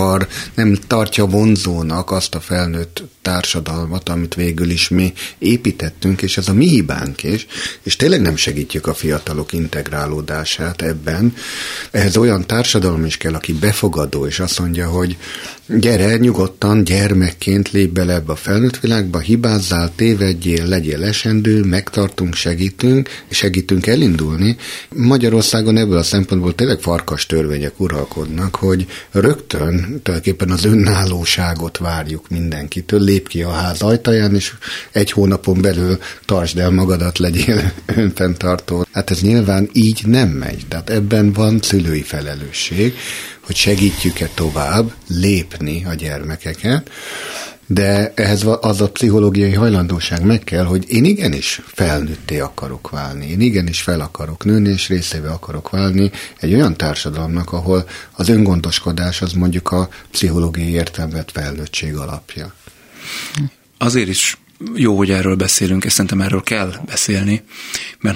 nem tartja vonzónak azt a felnőtt társadalmat, amit végül is mi építettünk, és ez a mi hibánk is, és tényleg nem segítjük a fiatalok integrálódását ebben. Ehhez olyan társadalom is kell, aki befogadó, és azt mondja, hogy gyere, nyugodtan, gyermekként lépj bele ebbe a felnőtt világba, hibázzál, tévedjél, legyél esendő, megtartunk, segítünk, és segítünk elindulni. Magyarországon ebből a szempontból tényleg farkas törvények uralkodnak, hogy rögtön tulajdonképpen az önállóságot várjuk mindenkitől, lép ki a ház ajtaján, és egy hónapon belül tartsd el magadat, legyél önfenntartó. Hát ez nyilván így nem megy. Tehát ebben van szülői felelősség, hogy segítjük-e tovább lépni a gyermekeket. De ehhez az a pszichológiai hajlandóság meg kell, hogy én igenis felnőtté akarok válni, én igenis fel akarok nőni, és részébe akarok válni egy olyan társadalomnak, ahol az öngondoskodás az mondjuk a pszichológiai értelmet felnőttség alapja. Azért is jó, hogy erről beszélünk, és szerintem erről kell beszélni, mert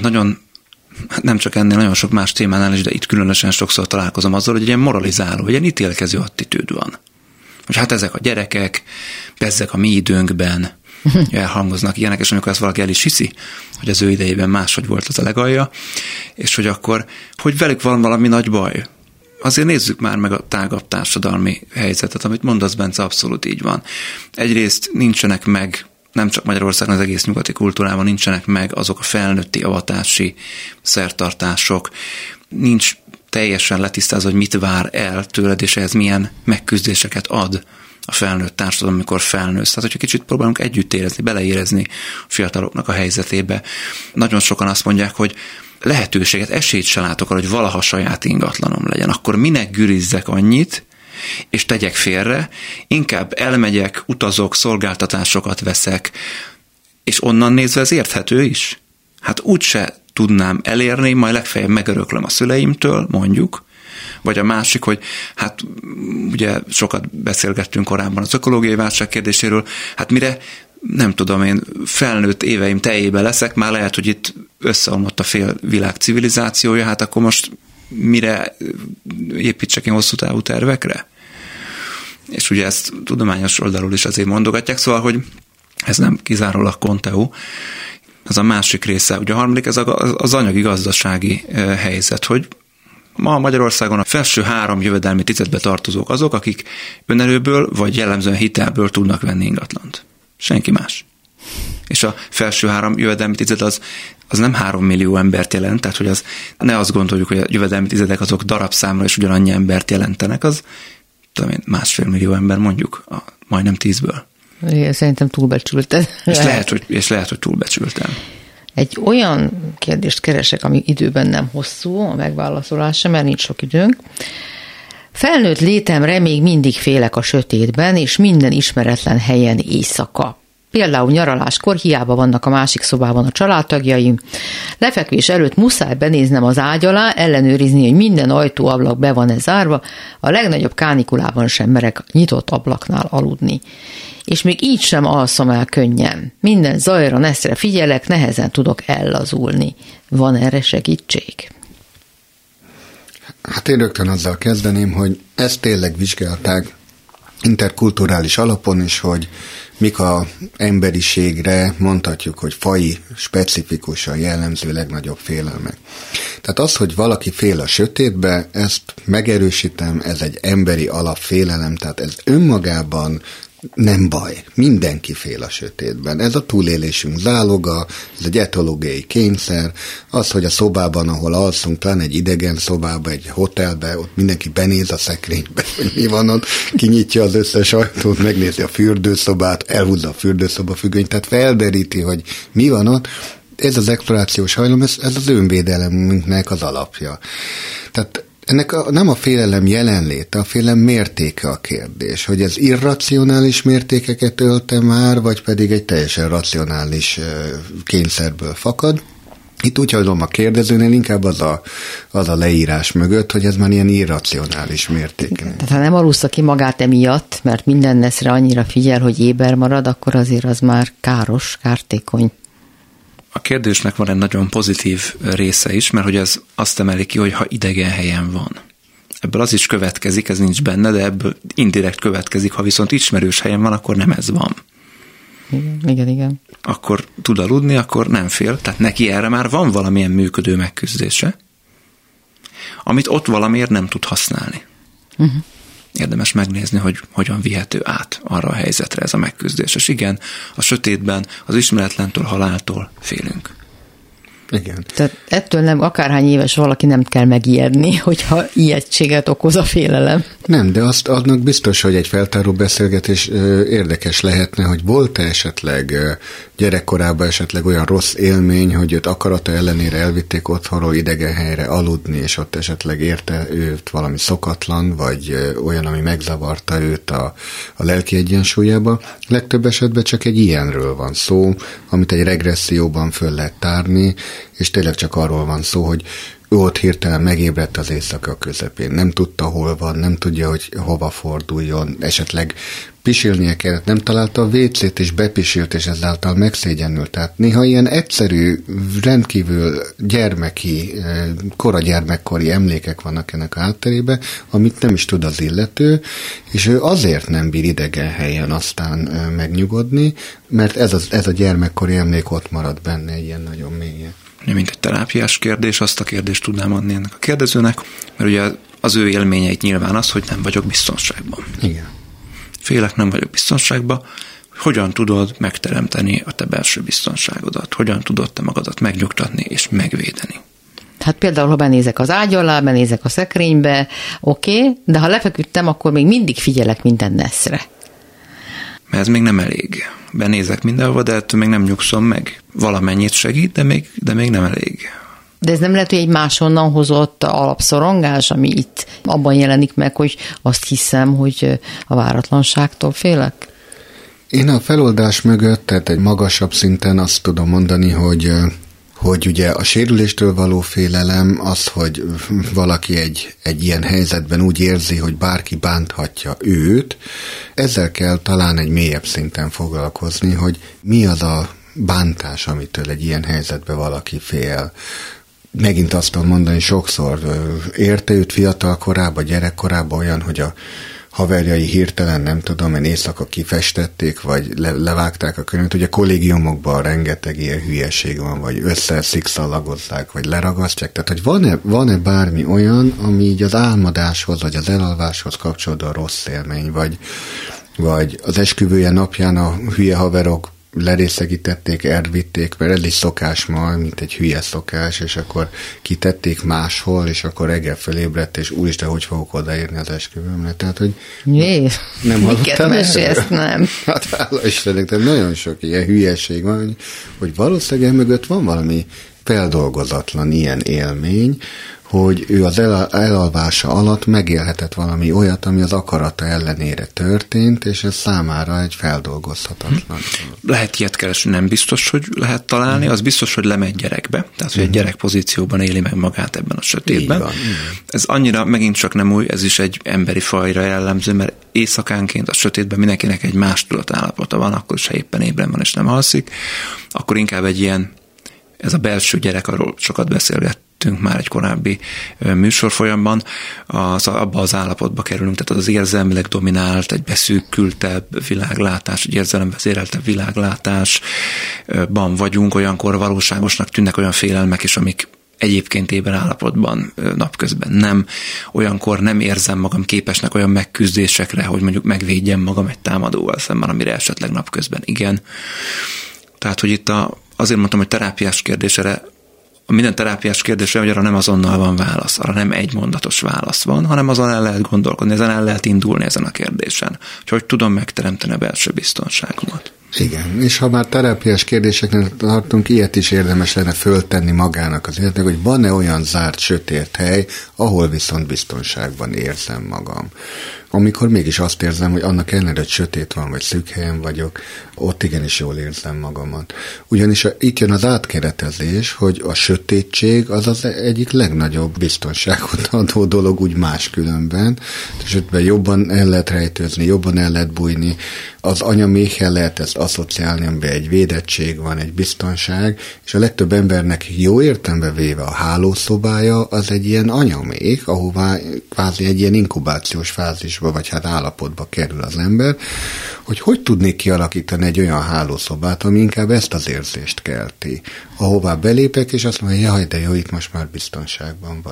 nem csak ennél, nagyon sok más témánál is, de itt különösen sokszor találkozom azzal, hogy egy ilyen moralizáló, egy ilyen ítélkező attitűd van. Hogy hát ezek a gyerekek, bezzek a mi időnkben, elhangoznak ilyenek, és amikor ezt valaki el is hiszi, hogy az ő idejében máshogy volt az a legalja, és hogy akkor, hogy velük van valami nagy baj. Azért nézzük már meg a tágabb társadalmi helyzetet, amit mondasz, Bence, abszolút így van. Egyrészt nincsenek meg, nem csak Magyarországon, az egész nyugati kultúrában nincsenek meg azok a felnőtti avatási szertartások, nincs teljesen letisztázva, hogy mit vár el tőled, és ehhez milyen megküzdéseket ad a felnőtt társadalom, amikor felnősz. Tehát, hogyha kicsit próbálunk együtt érezni, beleérezni a fiataloknak a helyzetébe. Nagyon sokan azt mondják, hogy lehetőséget, esélyt se látok arra, hogy valaha saját ingatlanom legyen. Akkor minek gürizzek annyit, és tegyek félre, inkább elmegyek, utazok, szolgáltatásokat veszek, és onnan nézve ez érthető is. Hát úgyse tudnám elérni, majd legfeljebb megöröklöm a szüleimtől, mondjuk, vagy a másik, hogy hát ugye sokat beszélgettünk korábban az ökológiai válság kérdéséről, hát mire, nem tudom én, felnőtt éveim teljében leszek, már lehet, hogy itt összeomlott a fél világ civilizációja, hát akkor most mire építsek én hosszú távú tervekre? És ugye ezt tudományos oldalról is azért mondogatják, szóval, hogy ez nem kizárólag konteó, az a másik része. Ugye a harmadik, ez az anyagi gazdasági helyzet, hogy ma Magyarországon a felső 3 jövedelmi tizedbe tartozók azok, akik önerőből vagy jellemzően hitelből tudnak venni ingatlant. Senki más. És a felső 3 jövedelmi tized az nem 3 millió embert jelent, tehát hogy ne azt gondoljuk, hogy a jövedelmi tizedek azok darabszámra is ugyanannyi embert jelentenek, az tudom én, 1,5 millió ember mondjuk, majdnem 10-ből. Szerintem túlbecsülted. És lehet, hogy túlbecsültem. Egy olyan kérdést keresek, ami időben nem hosszú a megválaszolása, mert nincs sok időnk. Felnőtt létemre még mindig félek a sötétben, és minden ismeretlen helyen éjszaka. Például nyaraláskor hiába vannak a másik szobában a családtagjaim. Lefekvés előtt muszáj benéznem az ágy alá, ellenőrizni, hogy minden ajtó-ablak be van-e zárva, a legnagyobb kánikulában sem merek nyitott ablaknál aludni. És még így sem alszom el könnyen. Minden zajra, neszre figyelek, nehezen tudok ellazulni. Van erre segítség? Hát én rögtön azzal kezdeném, hogy ezt tényleg vizsgálták interkulturális alapon is, hogy mik a emberiségre mondhatjuk, hogy faji specifikusan jellemző legnagyobb félelmek. Tehát az, hogy valaki fél a sötétbe, ezt megerősítem, ez egy emberi alapfélelem, tehát ez önmagában nem baj. Mindenki fél a sötétben. Ez a túlélésünk záloga, ez egy etológiai kényszer, az, hogy a szobában, ahol alszunk, pláne egy idegen szobában, egy hotelbe, ott mindenki benéz a szekrénybe, hogy mi van ott, kinyitja az összes ajtót, megnézi a fürdőszobát, elhúzza a fürdőszoba függönyt, tehát felderíti, hogy mi van ott. Ez az explorációs hajlam, ez az önvédelemünknek az alapja. Tehát ennek nem a félelem jelenléte, a félelem mértéke a kérdés, hogy ez irracionális mértékeket ölte már, vagy pedig egy teljesen racionális kényszerből fakad. Itt úgy hallom a kérdezőnél inkább az a leírás mögött, hogy ez már ilyen irracionális mértéken. Tehát ha nem alussza ki magát emiatt, mert minden neszre annyira figyel, hogy éber marad, akkor azért az már káros, kártékony. A kérdésnek van egy nagyon pozitív része is, mert hogy ez azt emeli ki, hogy ha idegen helyen van. Ebből az is következik, ez nincs benne, de ebből indirekt következik, ha viszont ismerős helyen van, akkor nem ez van. Igen. Akkor tud aludni, akkor nem fél, tehát neki erre már van valamilyen működő megküzdése, amit ott valamiért nem tud használni. Érdemes megnézni, hogy hogyan vihető át arra a helyzetre ez a megküzdés. És igen, a sötétben, az ismeretlentől, haláltól félünk. Igen. Tehát ettől nem, akárhány éves valaki nem kell megijedni, hogyha ijegységet okoz a félelem. Nem, de azt adnak biztos, hogy egy feltáró beszélgetés érdekes lehetne, hogy volt-e esetleg gyerekkorában esetleg olyan rossz élmény, hogy őt akarata ellenére elvitték otthonról idegen helyre aludni, és ott esetleg érte őt valami szokatlan, vagy olyan, ami megzavarta őt a lelki egyensúlyába. Legtöbb esetben csak egy ilyenről van szó, amit egy regresszióban föl lehet tárni, és tényleg csak arról van szó, hogy ő ott hirtelen megébredt az éjszaka közepén. Nem tudta, hol van, nem tudja, hogy hova forduljon, esetleg pisilnie kellett, nem találta a WC-t, és bepisilt, és ezáltal megszégyenült. Tehát néha ilyen egyszerű, rendkívül gyermeki, kora gyermekkori emlékek vannak ennek a hátterében, amit nem is tud az illető, és ő azért nem bír idegen helyen aztán megnyugodni, mert ez a gyermekkori emlék ott marad benne ilyen nagyon mélyen. Mint egy terápiás kérdés, azt a kérdést tudnám adni ennek a kérdezőnek, mert ugye az ő élményeit nyilván az, hogy nem vagyok biztonságban. Igen. Félek, nem vagyok biztonságban. Hogyan tudod megteremteni a te belső biztonságodat? Hogyan tudod te magadat megnyugtatni és megvédeni? Hát például, ha benézek az ágy alá, benézek a szekrénybe, oké, de ha lefeküdtem, akkor még mindig figyelek minden neszre. Mert ez még nem elég. Benézek mindenhova, de ettől még nem nyugszom meg. Valamennyit segít, de még nem elég. De ez nem lehet, hogy egy máshonnan hozott alapszorongás, ami itt abban jelenik meg, hogy azt hiszem, hogy a váratlanságtól félek? Én a feloldás mögött, tehát egy magasabb szinten azt tudom mondani, hogy ugye a sérüléstől való félelem az, hogy valaki egy ilyen helyzetben úgy érzi, hogy bárki bánthatja őt, ezzel kell talán egy mélyebb szinten foglalkozni, hogy mi az a bántás, amitől egy ilyen helyzetben valaki fél. Megint azt tudom mondani, sokszor érte őt fiatal korában, gyerekkorában olyan, hogy a haverjai hirtelen, nem tudom, én éjszaka kifestették, vagy levágták a könyvet. Ugye a kollégiumokban rengeteg ilyen hülyeség van, vagy összeszikszalagozzák, vagy leragasztják. Tehát, hogy van-e bármi olyan, ami így az álmodáshoz, vagy az elalváshoz kapcsolódó rossz élmény, vagy az esküvője napján a hülye haverok lerészegítették, elvitték, mert ez is szokás ma, mint egy hülye szokás, és akkor kitették máshol, és akkor reggel fölébredt, és úristen, hogy fogok odaérni az esküvőmre. Tehát, hogy nem hallottál mesélsz, nem. Hát hála Istennek, tehát nagyon sok ilyen hülyeség van, hogy valószínűleg mögött van valami feldolgozatlan ilyen élmény, hogy ő az elalvása alatt megélhetett valami olyat, ami az akarata ellenére történt, és ez számára egy feldolgozhatatlan. Lehet ilyet keresni, nem biztos, hogy lehet találni, az biztos, hogy lemegy gyerekbe, tehát hogy egy gyerek pozícióban éli meg magát ebben a sötétben. Van. Ez annyira megint csak nem új, ez is egy emberi fajra jellemző, mert éjszakánként a sötétben mindenkinek egy más tudatállapota van, akkor se éppen ébren van és nem alszik, akkor inkább egy ilyen, ez a belső gyerek, arról sokat beszélgettünk már egy korábbi műsorfolyamban, abba az állapotba kerülünk, tehát az érzelmileg dominált, egy beszűkültebb világlátás, egy érzelemvezéreltebb világlátásban vagyunk, olyankor valóságosnak tűnnek olyan félelmek is, amik egyébként éber állapotban napközben nem. Olyankor nem érzem magam képesnek olyan megküzdésekre, hogy mondjuk megvédjem magam egy támadóval szemben, amire esetleg napközben igen. Tehát, hogy itt azért mondtam, hogy terápiás kérdésre, minden terápiás kérdésre, hogy arra nem azonnal van válasz, arra nem egy mondatos válasz van, hanem azon el lehet gondolkodni, ezen el lehet indulni ezen a kérdésen, hogy tudom megteremteni a belső biztonságomat. Igen, és ha már terápiás kérdéseknél tartunk, ilyet is érdemes lenne föltenni magának az életnek, hogy van-e olyan zárt, sötét hely, ahol viszont biztonságban érzem magam. Amikor mégis azt érzem, hogy annak ellenére, hogy sötét van, vagy szűk helyen vagyok, ott igenis jól érzem magamat. Ugyanis itt jön az átkeretezés, hogy a sötétség az az egyik legnagyobb biztonságot adó dolog úgy máskülönben, és jobban el lehet rejtőzni, jobban el lehet bújni, az anyaméhel lehet ezt asszociálni, amiben egy védettség van, egy biztonság, és a legtöbb embernek jó értelembe véve a hálószobája az egy ilyen anyaméh, ahová kvázi egy ilyen inkubációs fázisba, vagy hát állapotba kerül az ember, hogy tudnék kialakítani egy olyan hálószobát, ami inkább ezt az érzést kelti, ahová belépek, és azt mondja, jaj, de jó, itt most már biztonságban vagyok.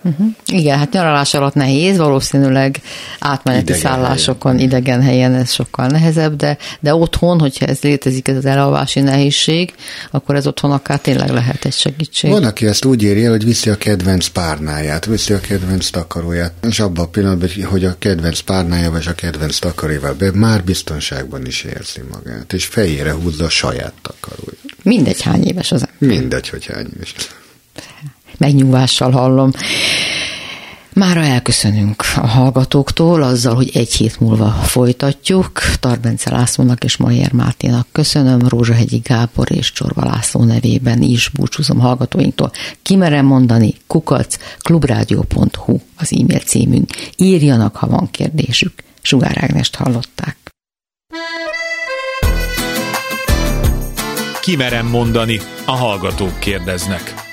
Igen, hát nyaralás alatt nehéz, valószínűleg átmeneti idegen szállásokon, helyen. Idegen helyen ez sokkal nehezebb, de otthon, hogyha ez létezik, ez az elalvási nehézség, akkor ez otthon akár tényleg lehet egy segítség. Van, aki ezt úgy éri el, hogy viszi a kedvenc párnáját, viszi a kedvenc takaróját, és abban a pillanatban, hogy a kedvenc párnájával és a kedvenc takarójával már biztonságban is érzi magát, és fejére húzza a saját takaróját. Mindegy, hány éves az ember. Mindegy, hogy hány éves. Megnyugvással hallom. Mára elköszönünk a hallgatóktól azzal, hogy egy hét múlva folytatjuk. Tarbence Lászlónak és Mayer Máténak köszönöm, Rózsahegyi Gábor és Csorba László nevében is búcsúzom hallgatóinktól. Kimerem mondani, @klubradio.hu az e-mail címünk. Írjanak, ha van kérdésük. Sugár Ágnest hallották. Kimerem mondani, a hallgatók kérdeznek.